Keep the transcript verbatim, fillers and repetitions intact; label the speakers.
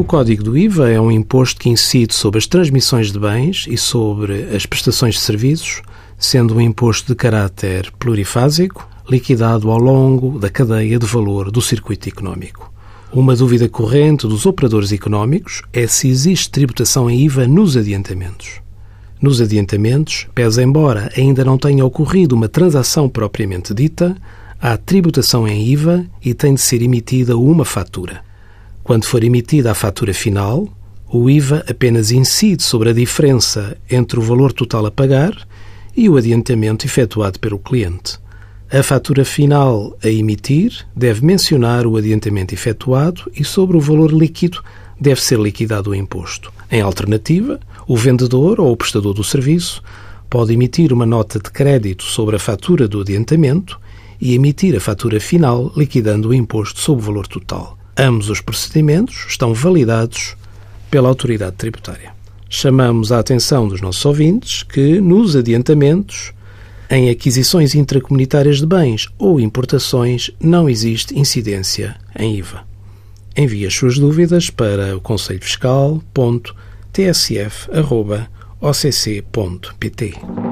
Speaker 1: Código do I V A é um imposto que incide sobre as transmissões de bens e sobre as prestações de serviços, sendo um imposto de caráter plurifásico, liquidado ao longo da cadeia de valor do circuito económico. Uma dúvida corrente dos operadores económicos é se existe tributação em I V A nos adiantamentos. Nos adiantamentos, pese embora ainda não tenha ocorrido uma transação propriamente dita, há tributação em I V A e tem de ser emitida uma fatura. Quando for emitida a fatura final, o I V A apenas incide sobre a diferença entre o valor total a pagar e o adiantamento efetuado pelo cliente. A fatura final a emitir deve mencionar o adiantamento efetuado e sobre o valor líquido deve ser liquidado o imposto. Em alternativa, o vendedor ou o prestador do serviço pode emitir uma nota de crédito sobre a fatura do adiantamento e emitir a fatura final liquidando o imposto sobre o valor total. Ambos os procedimentos estão validados pela autoridade tributária. Chamamos a atenção dos nossos ouvintes que, nos adiantamentos, em aquisições intracomunitárias de bens ou importações, não existe incidência em I V A. Envie as suas dúvidas para o conselho fiscal ponto t s f arroba o c c ponto p t.